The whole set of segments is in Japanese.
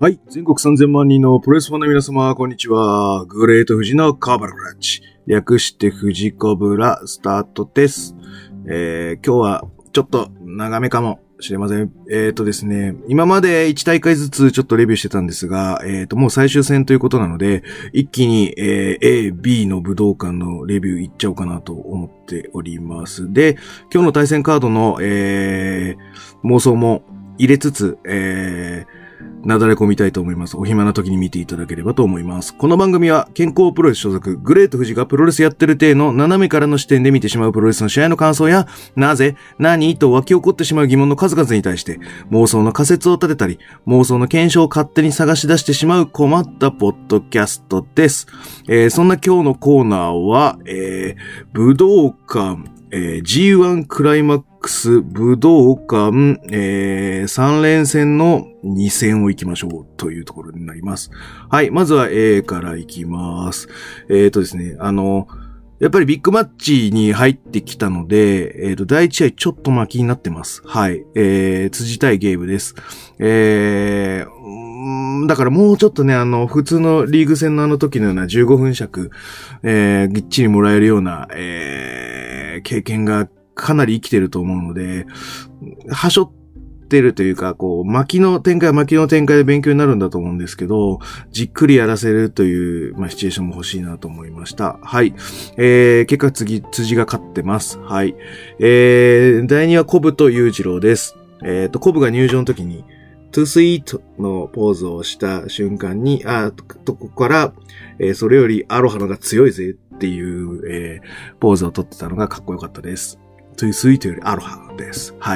はい。全国3000万人のプロレスファンの皆様、こんにちは。グレート富士のカーバルクラッチ。略して富士コブラスタートです。今日はちょっと長めかもしれません。ですね、今まで1大会ずつちょっとレビューしてたんですが、もう最終戦ということなので、一気に、A、B の武道館のレビューいっちゃおうかなと思っております。で、今日の対戦カードの、妄想も入れつつ、なだれ込みたいと思います。お暇な時に見ていただければと思います。この番組は健康プロレス所属グレート富士がプロレスやってる体の斜めからの視点で見てしまうプロレスの試合の感想や、なぜ、何と湧き起こってしまう疑問の数々に対して妄想の仮説を立てたり、妄想の検証を勝手に探し出してしまう困ったポッドキャストです。そんな今日のコーナーは、武道館、G1 クライマックス武道館、3連戦の2戦を行きましょうというところになります。はい。まずは A から行きます。ですね、やっぱりビッグマッチに入ってきたので、第1試合ちょっと巻きになってます。はい。辻対ゲームです。だからもうちょっとね、普通のリーグ戦の時のような15分尺、ぎっちりもらえるような、経験がかなり生きてると思うので、はしょってるというか、こう、巻きの展開は巻きの展開で勉強になるんだと思うんですけど、じっくりやらせるという、シチュエーションも欲しいなと思いました。はい。結果辻が勝ってます。はい。第2はコブと裕次郎です。コブが入場の時に、トゥスイートのポーズをした瞬間に、ここから、それよりアロハのが強いぜっていう、ポーズを取ってたのがかっこよかったです。トゥスイートよりアロハです。はい。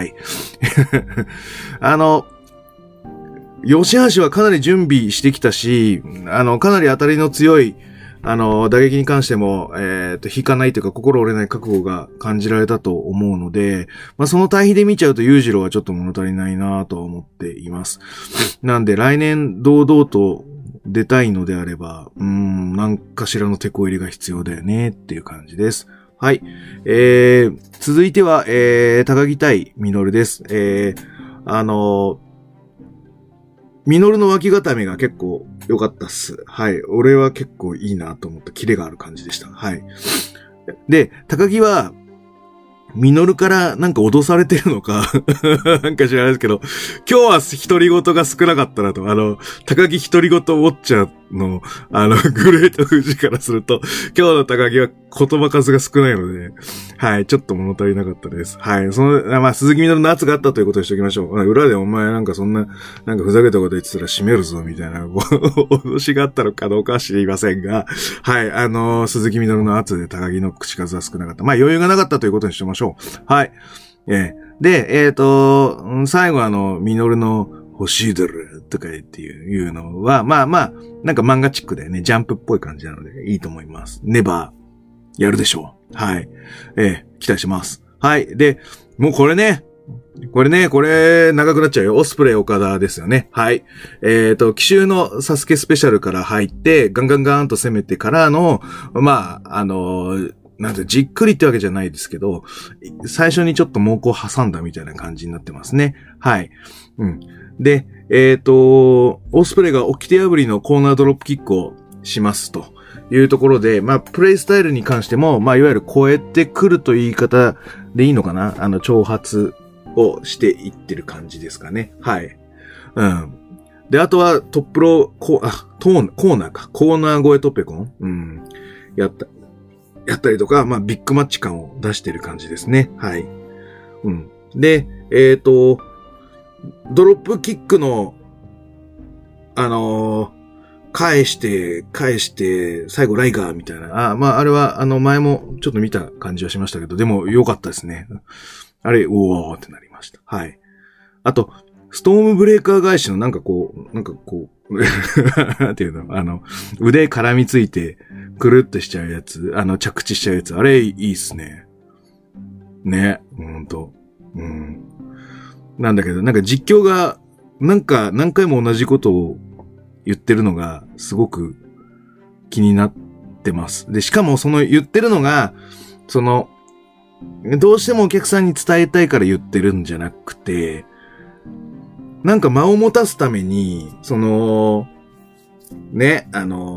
吉橋はかなり準備してきたし、かなり当たりの強い、打撃に関しても、引かないというか心折れない覚悟が感じられたと思うので、その対比で見ちゃうと裕次郎はちょっと物足りないなと思っています。なんで来年堂々と出たいのであれば、何かしらの手こ入れが必要だよねっていう感じです。はい。続いては、高木対ミノルです。ミノルの脇固めが結構良かったっす。はい。俺は結構いいなと思ったキレがある感じでした。はい。で、高木は、ミノルからなんか脅されてるのかなんか知らないですけど、今日は独り言が少なかったなと。高木独り言ウォッチャーの、グレート富士からすると、今日の高木は言葉数が少ないので、はい、ちょっと物足りなかったです。はい、鈴木みのるの圧があったということにしておきましょう。裏でお前なんかそんな、なんかふざけたこと言ってたら閉めるぞ、みたいな、脅しがあったのかどうかは知りませんが、はい、鈴木みのるの圧で高木の口数は少なかった。余裕がなかったということにしておきましょう。はい。で、最後ミノルの欲しいだろとかっていうのは、なんか漫画チックだよね。ジャンプっぽい感じなのでいいと思います。ネバー、やるでしょう。はい。期待します。はい。で、もうこれ、長くなっちゃうよ。オスプレイ岡田ですよね。はい。奇襲のサスケスペシャルから入って、ガンガンと攻めてからの、なんてじっくりってわけじゃないですけど、最初にちょっと猛攻を挟んだみたいな感じになってますね。はい。で、オスプレイが掟破りのコーナードロップキックをしますというところで、プレイスタイルに関しても、いわゆる超えてくるという言い方でいいのかな？挑発をしていってる感じですかね。はい。で、あとはトップロー、コーナー越えトッペコンやったりとか、ビッグマッチ感を出してる感じですね。はい。で、ドロップキックの、返して、最後ライガーみたいな。あれは、前もちょっと見た感じはしましたけど、でも良かったですね。あれ、おーってなりました。はい。あと、ストームブレーカー返しのなんていうの腕絡みついて、くるってしちゃうやつ、着地しちゃうやつ、あれいいっすね。ね、ほんと。なんだけど、なんか実況が、なんか何回も同じことを言ってるのが、すごく気になってます。で、しかもその言ってるのが、どうしてもお客さんに伝えたいから言ってるんじゃなくて、 なんか間を持たすために、ね、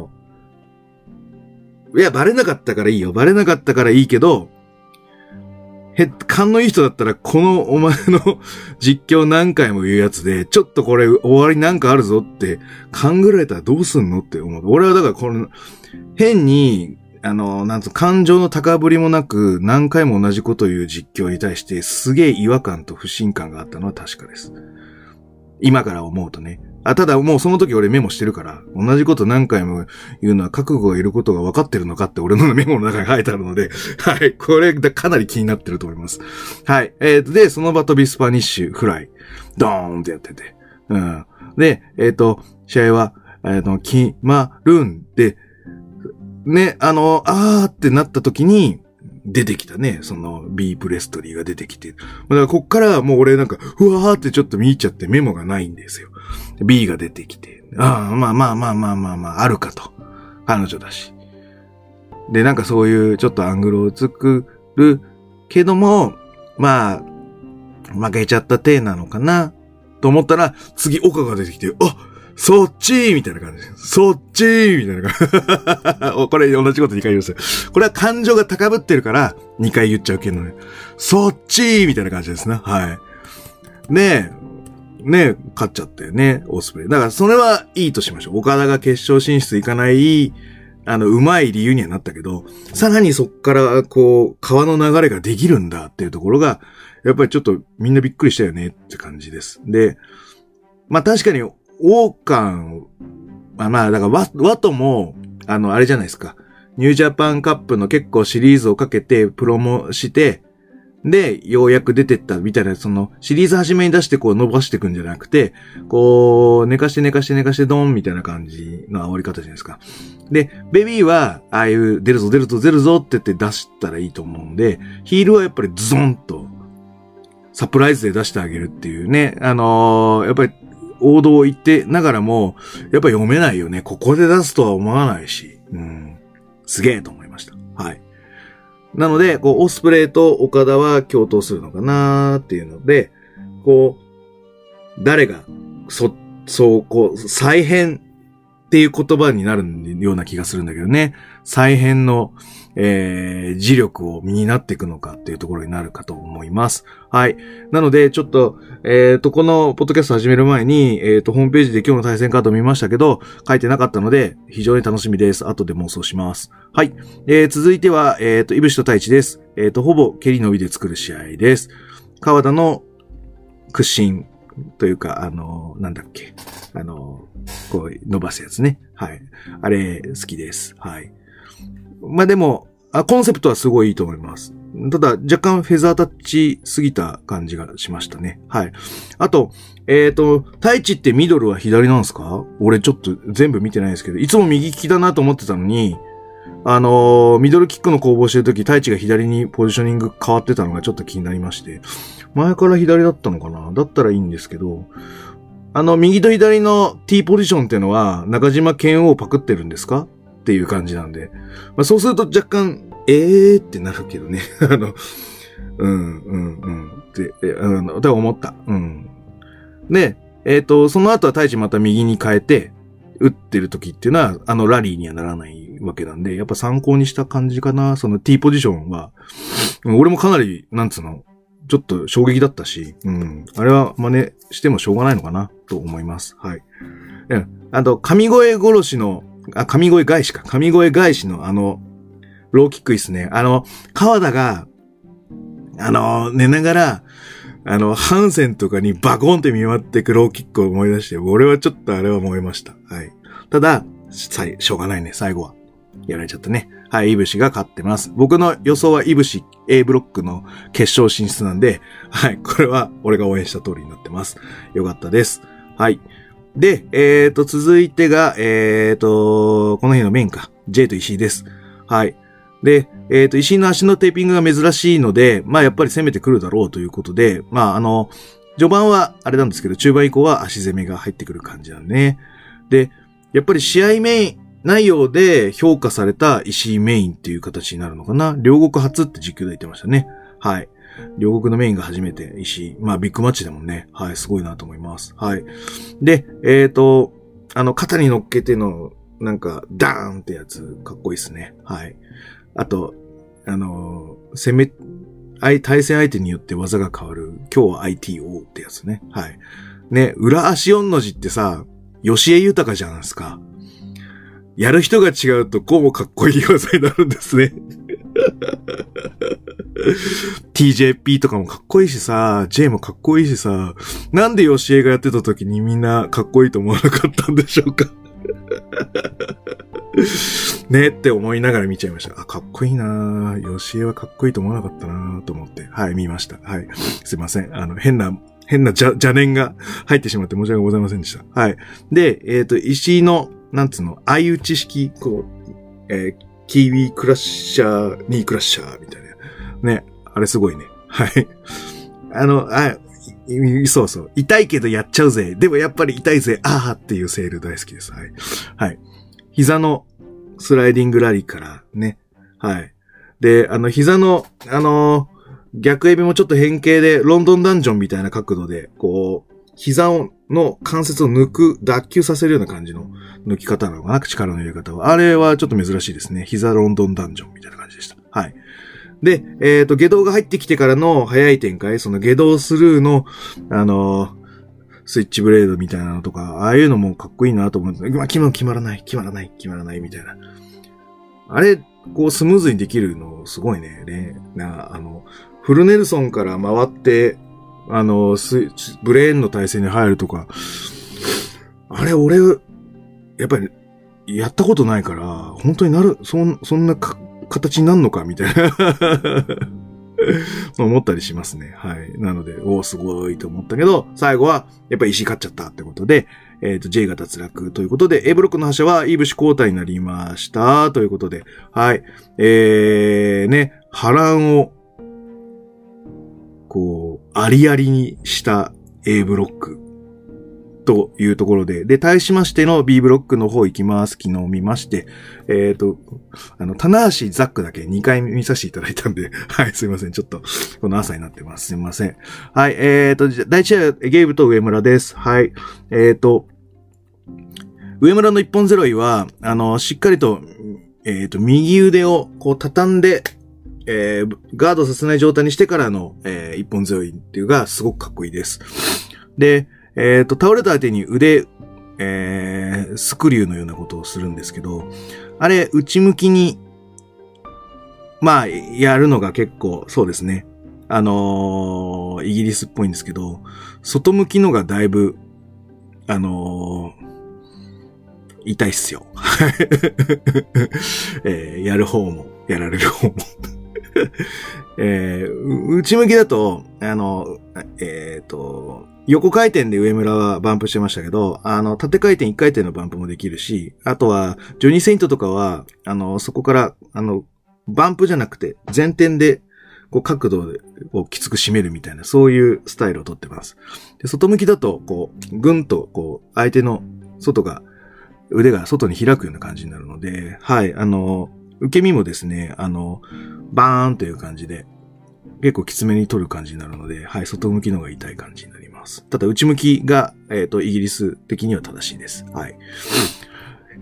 いや、バレなかったからいいよ。バレなかったからいいけど、勘のいい人だったら、このお前の実況何回も言うやつで、ちょっとこれ終わりなんかあるぞって考えたらどうすんのって思う。俺はだからこの、変に、なんつう感情の高ぶりもなく、何回も同じことを言う実況に対して、すげえ違和感と不信感があったのは確かです。今から思うとね。ただもうその時俺メモしてるから、同じこと何回も言うのは覚悟がいることが分かってるのかって俺のメモの中に書いてあるので、はい、これかなり気になってると思います。はい。で、その場飛びスパニッシュフライ、ドーンってやってて、うん。で、試合は、決まるんで、ね、ーってなった時に、出てきたね、その B プレストリーが出てきて。だからこっからもう俺なんか、うわーってちょっと見入っちゃってメモがないんですよ。B が出てきて。まあ、あるかと。彼女だし。で、なんかそういうちょっとアングルを作るけども、まあ、負けちゃった体なのかなと思ったら、次岡が出てきて、そっちーみたいな感じです。そっちーみたいな感じ。これ同じこと2回言いますよ。これは感情が高ぶってるから2回言っちゃうけどね。そっちーみたいな感じですね。はい。ねえ、勝っちゃったよね、オスプレイ。だからそれはいいとしましょう。岡田が決勝進出いかない、うまい理由にはなったけど、さらにそっから、こう、川の流れができるんだっていうところが、やっぱりちょっとみんなびっくりしたよねって感じです。で、まあ確かに、王冠、だからワトも、あれじゃないですか。ニュージャパンカップの結構シリーズをかけてプロモして、で、ようやく出てったみたいな、その、シリーズ始めに出してこう伸ばしていくんじゃなくて、こう、寝かしてドンみたいな感じの煽り方じゃないですか。で、ベビーは、ああいう出るぞって言って出したらいいと思うんで、ヒールはやっぱりズドンと、サプライズで出してあげるっていうね、やっぱり、王道を言ってながらも、やっぱ読めないよね。ここで出すとは思わないし。すげえと思いました。はい。なので、こう、オスプレイと岡田は共闘するのかなーっていうので、こう、誰が、こう、再編っていう言葉になるような気がするんだけどね。再編の、磁力を身になっていくのかっていうところになるかと思います。はい。なので、ちょっと、このポッドキャスト始める前に、ホームページで今日の対戦カード見ましたけど、書いてなかったので、非常に楽しみです。後で妄想します。はい。続いては、いぶしと太一です。ほぼ蹴りのみで作る試合です。川田の屈伸というか、なんだっけ。こう、伸ばすやつね。はい。あれ、好きです。はい。まあ、でも、コンセプトはすごいいいと思います。ただ、若干フェザータッチすぎた感じがしましたね。はい。あと、太一ってミドルは左なんですか？俺ちょっと全部見てないですけど、いつも右利きだなと思ってたのに、ミドルキックの攻防してるとき、太一が左にポジショニング変わってたのがちょっと気になりまして、前から左だったのかな？だったらいいんですけど、右と左の T ポジションっていうのは、中島健をパクってるんですか？っていう感じなんで。まあ、そうすると若干、ってなるけどね。って思った。で、その後は太一また右に変えて、打ってる時っていうのは、ラリーにはならないわけなんで、やっぱ参考にした感じかな。その T ポジションは、俺もかなり、ちょっと衝撃だったし、あれは真似してもしょうがないのかな、と思います。はい。神越殺しの、神越返しのローキックいいっすね。川田が、寝ながら、ハンセンとかにバコンって見舞ってくローキックを思い出して、俺はちょっとあれは燃えました。はい。ただ、しょうがないね、最後は。やられちゃったね。はい、いぶしが勝ってます。僕の予想はいぶし A ブロックの決勝進出なんで、はい、これは俺が応援した通りになってます。よかったです。はい。で、続いてが、この日のメインか。J と石井です。はい。で、石井の足のテーピングが珍しいので、まあやっぱり攻めてくるだろうということで、まあ序盤はあれなんですけど、中盤以降は足攻めが入ってくる感じなんね。で、やっぱり試合内容で評価された石井メインっていう形になるのかな。両国初って実況で言ってましたね。はい。 両国のメインが初めて石井。まあビッグマッチでもね、はい、すごいなと思います。はい。で、肩に乗っけての、なんか、ダーンってやつ、かっこいいですね。はい。あと、対戦相手によって技が変わる、今日は ITO ってやつね。はい。ね、裏足4の字ってさ、吉江豊じゃないですか。やる人が違うとこうもかっこいい技になるんですね。TJP とかもかっこいいしさ、J もかっこいいしさ、なんで吉江がやってた時にみんなかっこいいと思わなかったんでしょうか。ねって思いながら見ちゃいました。あ、かっこいいなぁ。吉江はかっこいいと思わなかったなぁと思って、はい、見ました。はい。すいません。変な邪念が入ってしまって申し訳ございませんでした。はい。で、石井の、なんつうの、相打ち式、こう、キーウィクラッシャー、ニークラッシャーみたいな。ね。あれすごいね。はい。そうそう。痛いけどやっちゃうぜ。でもやっぱり痛いぜ。あーっていうセール大好きです。はい。はい。膝のスライディングラリーからね。はい。で、膝の、逆エビもちょっと変形で、ロンドンダンジョンみたいな角度で、こう、膝の関節を脱臼させるような感じの抜き方なのかな、力の入れ方は。あれはちょっと珍しいですね。膝ロンドンダンジョンみたいな感じでした。はい。で、下道が入ってきてからの早い展開、その下道スルーの、スイッチブレードみたいなのとか、ああいうのもかっこいいなと思うんですけど、決まらないみたいな。あれ、こうスムーズにできるのすごいね。フルネルソンから回って、ブレーンの体勢に入るとか、あれ俺、やっぱり、やったことないから、本当にそんな形になるのかみたいな思ったりしますね。はい。なので、すごいと思ったけど、最後は、やっぱり石勝っちゃったってことで、J が脱落ということで、A ブロックの覇者は、イーブシ交代になりました。ということで、はい。波乱を、こう、ありありにした A ブロックというところで、対しましての B ブロックの方行きます。昨日見まして、棚橋ザックだけ2回見させていただいたんで、はい、すいません。ちょっと、この朝になってます。すいません。はい、第一試合、ゲイブと上村です。はい、上村の一本ゼロ位は、しっかりと、右腕をこう畳んで、ガードさせない状態にしてからの、一本ゼロ位っていうのがすごくかっこいいです。で、倒れた相手に腕、スクリューのようなことをするんですけど、あれ、内向きに、まあ、やるのが結構、そうですね。イギリスっぽいんですけど、外向きのがだいぶ、痛いっすよ。やる方も、やられる方も。内向きだと、横回転で上村はバンプしてましたけど、縦回転1回転のバンプもできるし、あとは、ジョニー・セイントとかは、そこから、バンプじゃなくて、前転で、こう、角度で、こう、きつく締めるみたいな、そういうスタイルをとってます。で、外向きだと、こう、ぐんと、こう、相手の腕が外に開くような感じになるので、はい、受け身もですね、バーンという感じで、結構きつめに取る感じになるので、はい、外向きの方が痛い感じになります。ただ、内向きが、イギリス的には正しいです。はい。ロ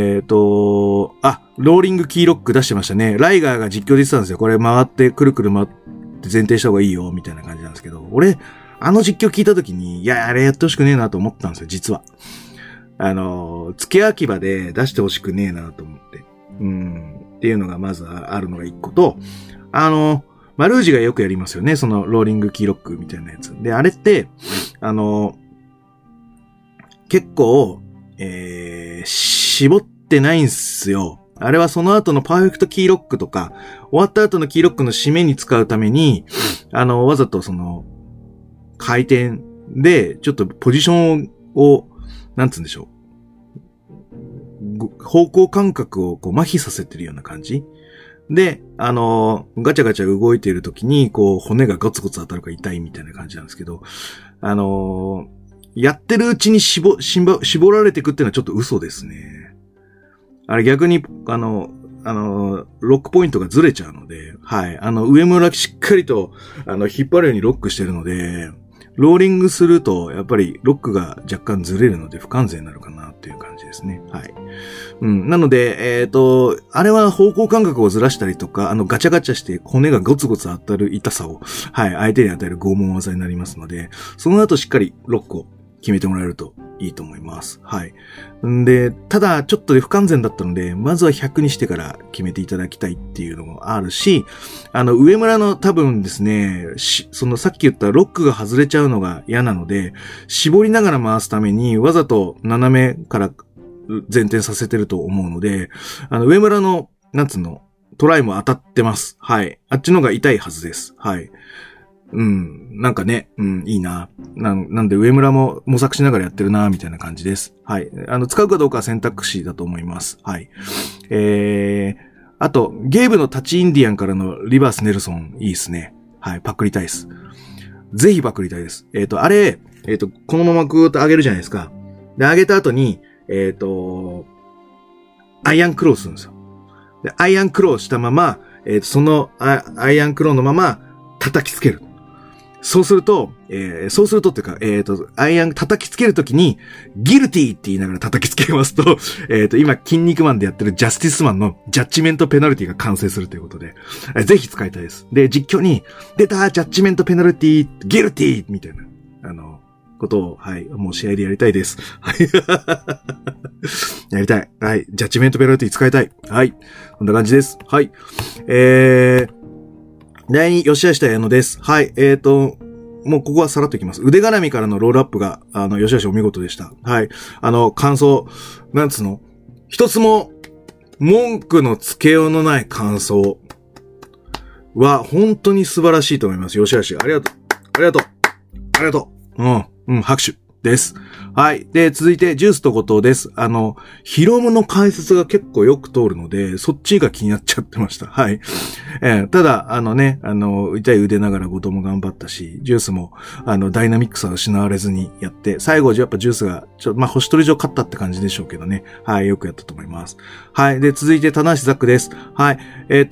ーリングキーロック出してましたね。ライガーが実況で言ってたんですよ。これ回って、くるくる回って前提した方がいいよ、みたいな感じなんですけど、俺、実況聞いたときに、いや、あれやってほしくねえなと思ったんですよ、実は。付け焼き場で出してほしくねえなと思って。っていうのがまずあるのが一個と、マルージがよくやりますよね。そのローリングキーロックみたいなやつ。で、あれって、結構、絞ってないんすよ。あれはその後のパーフェクトキーロックとか、終わった後のキーロックの締めに使うために、わざとその、回転で、ちょっとポジションを、なんつうんでしょう。方向感覚をこう麻痺させてるような感じで、ガチャガチャ動いているときに、こう、骨がゴツゴツ当たるから痛いみたいな感じなんですけど、やってるうちに絞られていくっていうのはちょっと嘘ですね。あれ逆に、 ロックポイントがずれちゃうので、はい。上村しっかりと、引っ張るようにロックしてるので、ローリングすると、やっぱりロックが若干ずれるので不完全になるかなっていう感じですね。はい。なので、あれは方向感覚をずらしたりとか、ガチャガチャして骨がゴツゴツ当たる痛さを、はい、相手に与える拷問技になりますので、その後しっかりロックを決めてもらえるといいと思います。はい。で、ただ、ちょっと不完全だったので、まずは100にしてから決めていただきたいっていうのもあるし、上村の多分ですね、さっき言ったロックが外れちゃうのが嫌なので、絞りながら回すために、わざと斜めから前転させてると思うので、上村の、トライも当たってます。はい。あっちのが痛いはずです。はい。なんかね、いいな。なんで上村も模索しながらやってるな、みたいな感じです。はい。使うかどうかは選択肢だと思います。はい。あと、ゲームのタチインディアンからのリバースネルソン、いいですね。はい。パクりたいです。ぜひパクりたいです。あれ、このままぐーっと上げるじゃないですか。で、上げた後に、アイアンクローするんですよ。で、アイアンクローしたまま、そのアイアンクローのまま叩きつける。そうするとっていうか、アイアン叩きつけるときに、ギルティーって言いながら叩きつけますと、今、筋肉マンでやってるジャスティスマンのジャッジメントペナルティが完成するということで、ぜひ使いたいです。で、実況に、出たジャッジメントペナルティー、ギルティーみたいな、ことを、はい、もう試合でやりたいです。はい。やりたい。はい。ジャッジメントペナルティ使いたい。はい。こんな感じです。はい。第2、吉橋矢野です。はい。もうここはさらっといきます。腕絡みからのロールアップが、吉橋お見事でした。はい。感想、一つも文句のつけようのない感想は本当に素晴らしいと思います。吉橋、ありがとう。ありがとう。ありがとう。拍手です。はい。で、続いて、ジュースと後藤です。ヒロムの解説が結構よく通るので、そっちが気になっちゃってました。はい。ただ、痛い腕ながら後藤も頑張ったし、ジュースも、ダイナミックさを失われずにやって、最後、やっぱジュースが、星取り上勝ったって感じでしょうけどね。はい。よくやったと思います。はい。で、続いて、棚橋ザックです。はい。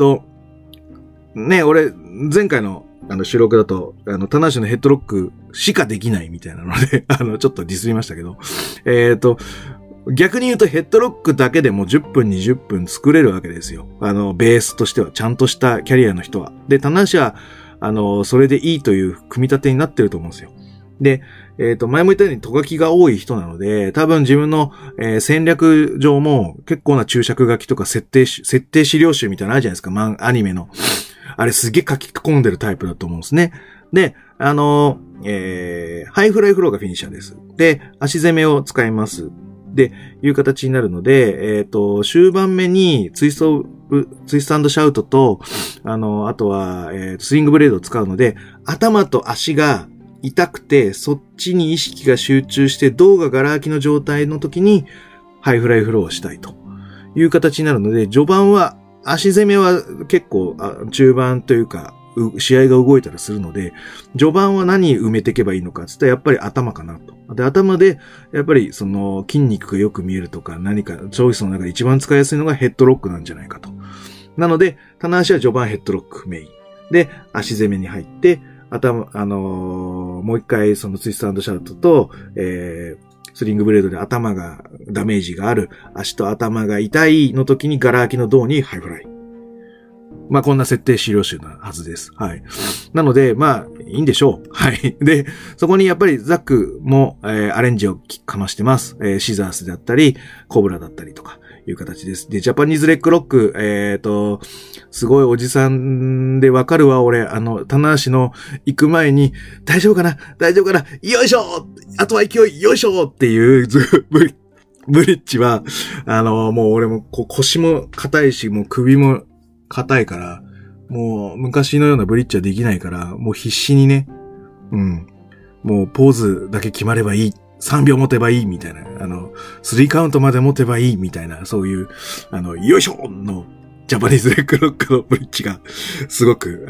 俺、前回の、収録だと、棚橋のヘッドロックしかできないみたいなので、ちょっとディスりましたけど、逆に言うとヘッドロックだけでも10分20分作れるわけですよ。ベースとしては、ちゃんとしたキャリアの人は。で、棚橋は、それでいいという組み立てになってると思うんですよ。で、前も言ったようにト書きが多い人なので、多分自分の、戦略上も結構な注釈書きとか設定資料集みたいなのあるじゃないですか、アニメの。あれすげえ書き込んでるタイプだと思うんですね。で、ハイフライフローがフィニッシャーです。で、足攻めを使います。で、いう形になるので、終盤目にツイストシャウトと、あとは、スイングブレードを使うので、頭と足が痛くて、そっちに意識が集中して、胴がガラ空きの状態の時に、ハイフライフローをしたいという形になるので、序盤は、足攻めは結構中盤というか試合が動いたらするので、序盤は何埋めていけばいいのかって言ったらやっぱり頭かなと。で、頭でやっぱりその筋肉がよく見えるとか何かチョイスの中で一番使いやすいのがヘッドロックなんじゃないかと。なので、棚足は序盤ヘッドロックメイン。で、足攻めに入って、もう一回そのツイスト&シャウトと、スリングブレードで頭がダメージがある、足と頭が痛いの時にガラ空きの胴にハイフライ。こんな設定資料集なはずです。はい。なので、いいんでしょう。はい。で、そこにやっぱりザックも、アレンジをかましてます。シザースだったり、コブラだったりとか。いう形です。で、ジャパニーズレッグロック、すごいおじさんでわかるわ、俺。棚橋の行く前に、大丈夫かなよいしょあとは勢いよいしょっていう、ブリッジは、もう俺も腰も硬いし、もう首も硬いから、もう昔のようなブリッジはできないから、もう必死にね、もうポーズだけ決まればいい。3秒持てばいいみたいな、3カウントまで持てばいいみたいな、そういう、よいしょのジャパニーズレッグロックのブリッジが、すごく、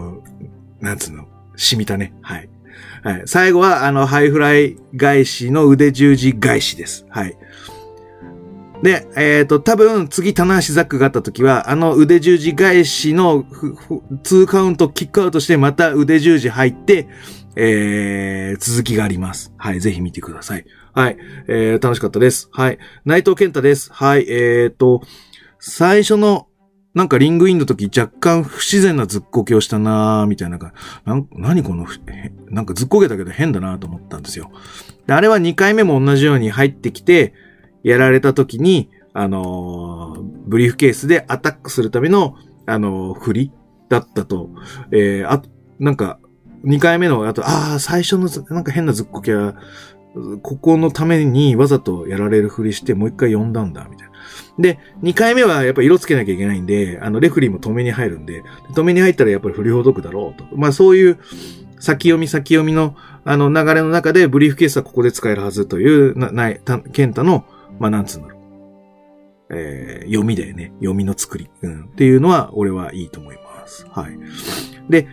染みたね。はい。はい。最後は、ハイフライ返しの腕十字返しです。はい。 で、多分次棚橋ザックがあった時は、腕十字返しの2カウントキックアウトしてまた腕十字入って、続きがあります。はい、ぜひ見てください。はい、楽しかったです。はい、内藤健太です。はい、最初のなんかリングインの時若干不自然なずっこけをしたなーみたいな。何この、なんかずっこけたけど変だなと思ったんですよ。であれは2回目も同じように入ってきて、やられた時に、ブリーフケースでアタックするための、振りだったと。なんか、2回目の、最初のなんか変なずっこけは、ここのためにわざとやられるふりしてもう一回呼んだんだ、みたいな。で、2回目はやっぱり色つけなきゃいけないんで、レフリーも止めに入るんで、止めに入ったらやっぱり振りほどくだろうと。まあそういう先読みの流れの中でブリーフケースはここで使えるはずという、ケンタの、まあなんつうんだろう。読みだよね。読みの作り。っていうのは俺はいいと思います。はい。で、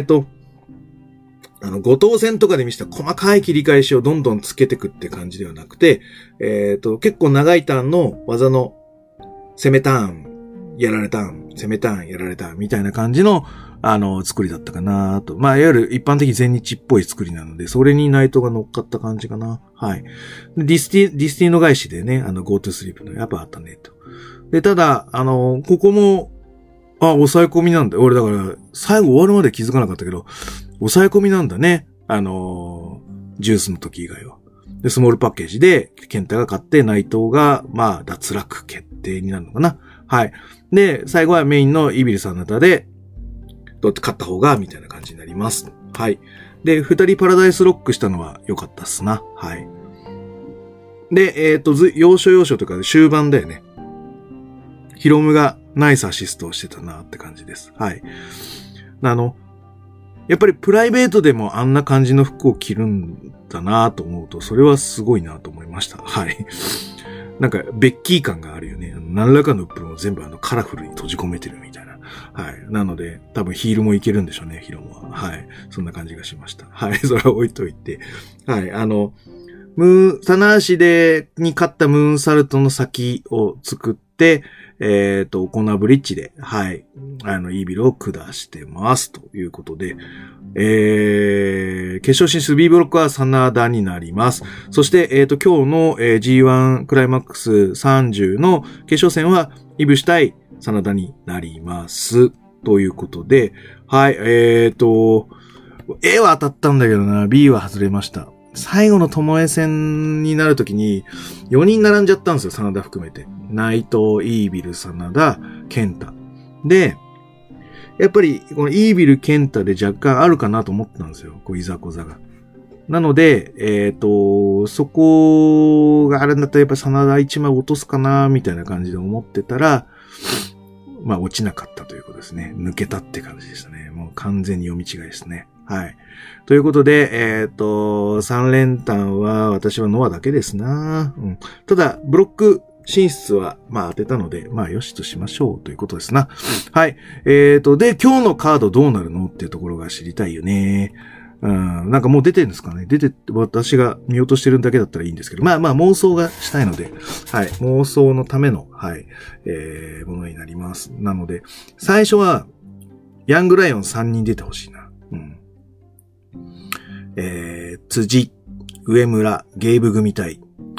後藤戦とかで見せた細かい切り返しをどんどんつけてくって感じではなくて、結構長いターンの技の攻めターン、やられターン、攻めターン、やられターンみたいな感じの、作りだったかなと。まあ、いわゆる一般的全日っぽい作りなので、それにナイトが乗っかった感じかな。はい。ディスティの返しでね、Go to Sleep のやっぱあったね、と。で、ただ、ここも、抑え込みなんだ。俺だから、最後終わるまで気づかなかったけど、抑え込みなんだね。ジュースの時以外は。で、スモールパッケージで、ケンタが勝って、内藤が、まあ、脱落決定になるのかな。はい。で、最後はメインのイビルさんのネタで、どうやって勝った方が、みたいな感じになります。はい。で、二人パラダイスロックしたのは良かったっすな。はい。で、要所要所というか、終盤だよね。ヒロムがナイスアシストをしてたなって感じです。はい。やっぱりプライベートでもあんな感じの服を着るんだなと思うと、それはすごいなと思いました。はい。なんか、ベッキー感があるよね。何らかの部分を全部カラフルに閉じ込めてるみたいな。はい。なので、多分ヒールもいけるんでしょうね、ヒロムは。はい。そんな感じがしました。はい。それは置いといて。はい。棚橋に勝ったムーンサルトの先を作って、コーナーブリッジで、はい。イービルを下してます。ということで、決勝進出 B ブロックは真田になります。そして、今日の、G1 クライマックス30の決勝戦は、イブシ対真田になります。ということで、はい。A は当たったんだけどな、B は外れました。最後の巴戦になるときに、4人並んじゃったんですよ、真田含めて。内藤、イービル、真田、ケンタ。で、やっぱり、このイービル、ケンタで若干あるかなと思ってたんですよ、いざこざが。なので、そこがあるんだったらやっぱ真田1枚落とすかな、みたいな感じで思ってたら、まあ落ちなかったということですね。抜けたって感じでしたね。もう完全に読み違いですね。はい。ということで、3連単は私はノアだけですな。うん。ただ、ブロック進出は、まあ当てたので、まあよしとしましょうということですな。はい。で、今日のカードどうなるのっていうところが知りたいよね。なんかもう出てるんですかね。私が見落としてるだけだったらいいんですけど、まあ妄想がしたいので、はい。妄想のための、はい。ものになります。なので、最初は、ヤングライオン3人出てほしいな。うん。辻、上村、ゲイブ組対、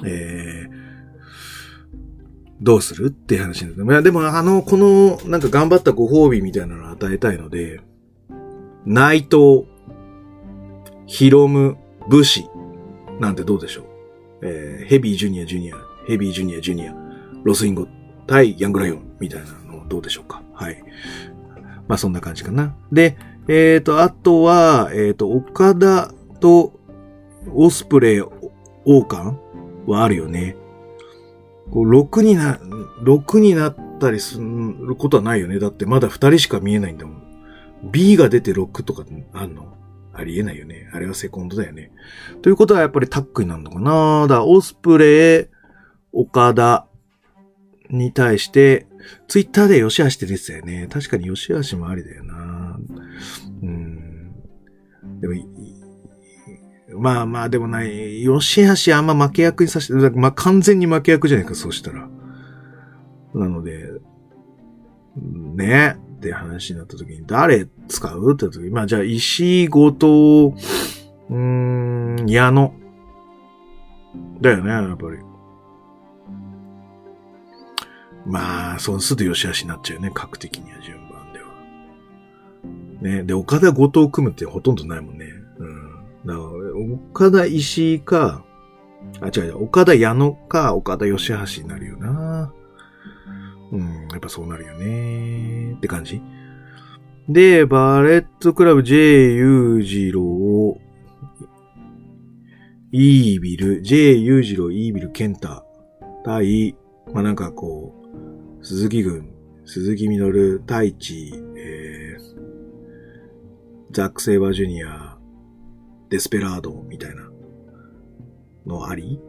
どうするっていう話ですね。でも、この、なんか頑張ったご褒美みたいなのを与えたいので、内藤、ヒロム、武士、なんてどうでしょう。ヘビージュニア、ヘビージュニア、ロスインゴ対ヤングライオンみたいなのどうでしょうか。はい。まあそんな感じかな。で、あとは、岡田とオスプレイ、王冠はあるよね。こう6になったりすることはないよね。だってまだ2人しか見えないんだもん。B が出て6とかあんの？ありえないよね。あれはセコンドだよね。ということはやっぱりタッグになるのかな。だオスプレイ、岡田に対して、ツイッターで吉橋って出てたよね。確かに吉橋もありだよな。でも、まあでもない。吉橋あんま負け役にさせて、まあ完全に負け役じゃないか、そうしたら。 なので、ね、って話になった時に、誰使うって言った時に、まあじゃあ、石ごと、矢野。だよね、やっぱり。まあ、そうすると吉橋になっちゃうよね、格的には順番では。ね、で、岡田後藤組むってほとんどないもんね。だから、岡田石井か、違う、岡田矢野か、岡田吉橋になるよな。やっぱそうなるよね。って感じ。で、バレットクラブ J 裕次郎、イービル、J 裕次郎、イービル、ケンタ、対、まあ、なんかこう、鈴木軍、鈴木みのる、太一、ザック・セイバージュニア、デスペラードみたいなのあり？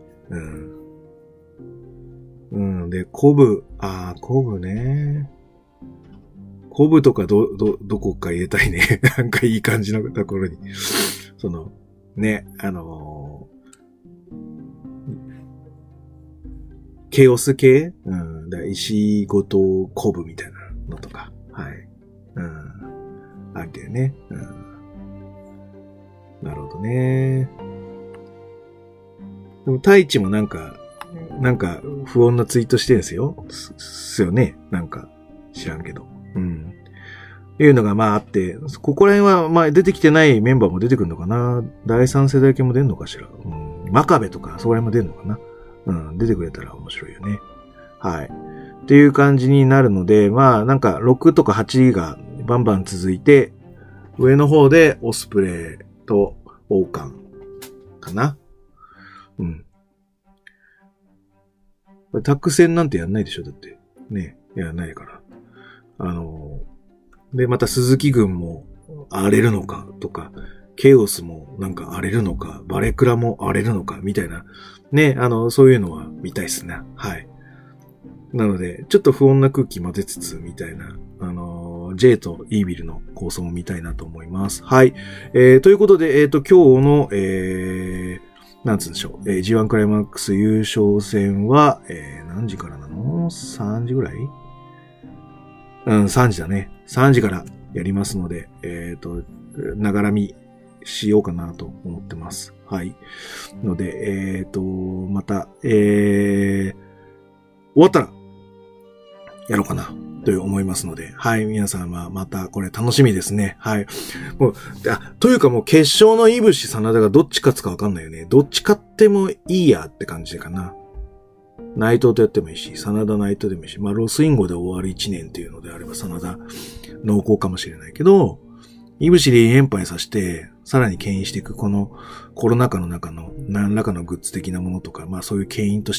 で、コブね。コブとかどこか入れたいね。なんかいい感じのところに。ね、ケオス系石ごとコブみたいなのとか。はい。あるんだよね。なるほどね。でも、太一もなんか不穏なツイートしてるんですよ。すよね。なんか、知らんけど。っていうのがまああって、ここら辺はまあ出てきてないメンバーも出てくるのかな。第三世代系も出るのかしら。真壁とか、そこら辺も出るのかな。出てくれたら面白いよね。はい。っていう感じになるので、まあなんか6とか8がバンバン続いて、上の方でオスプレイと王冠かな。タッグ戦なんてやんないでしょだって。ね。やらないから。で、また鈴木軍も荒れるのかとか、ケイオスもなんか荒れるのか、バレクラも荒れるのかみたいな。ね、そういうのは見たいっすね。はい。なので、ちょっと不穏な空気混ぜつつみたいな、J とイービルの構想も見たいなと思います。はい。ということで、今日の、なんつうんでしょう。G1 クライマックス優勝戦は、何時からなの ?3 時ぐらい3時だね。3時からやりますので、ながらみしようかなと思ってます。はい。ので、また、終わったら、やろうかな、と思いますので、はい、皆さんはまたこれ楽しみですね。はい。というかもう決勝のイブシ、真田がどっち勝つかわかんないよね。どっち勝ってもいいやって感じかな。内藤とやってもいいし、真田内藤でもいいし、まあロスインゴで終わる1年っていうのであれば真田濃厚かもしれないけど、イブシで連敗させて、さらに牽引していくこのコロナ禍の中の何らかのグッズ的なものとか、まあそういう牽引として、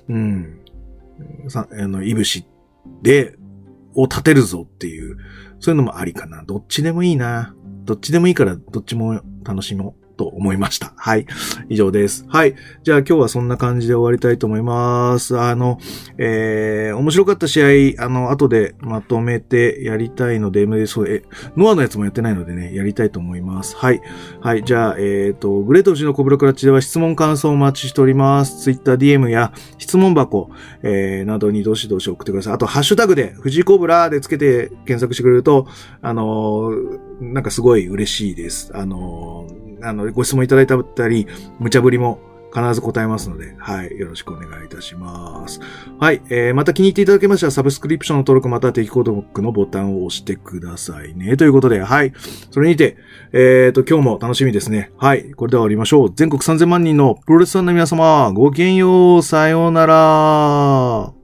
イブシを立てるぞっていう、そういうのもありかな。どっちでもいいな。どっちでもいいから、どっちも楽しもうと思いました。はい。以上です。はい。じゃあ今日はそんな感じで終わりたいと思います。面白かった試合、後でまとめてやりたいので、ノアのやつもやってないのでね、やりたいと思います。はい。はい。じゃあ、グレート富士のコブラクラッチでは質問感想をお待ちしております。Twitter DM や質問箱、などにどしどし送ってください。あと、ハッシュタグで、富士コブラでつけて検索してくれると、なんかすごい嬉しいです。ご質問いただいたり、無茶ぶりも必ず答えますので、はい、よろしくお願いいたします。はい、また気に入っていただけましたら、サブスクリプションの登録または定期購読のボタンを押してくださいね。ということで、はい、それにて、今日も楽しみですね。はい、これでは終わりましょう。全国3000万人のプロレスファンの皆様、ごきげんよう、さようなら。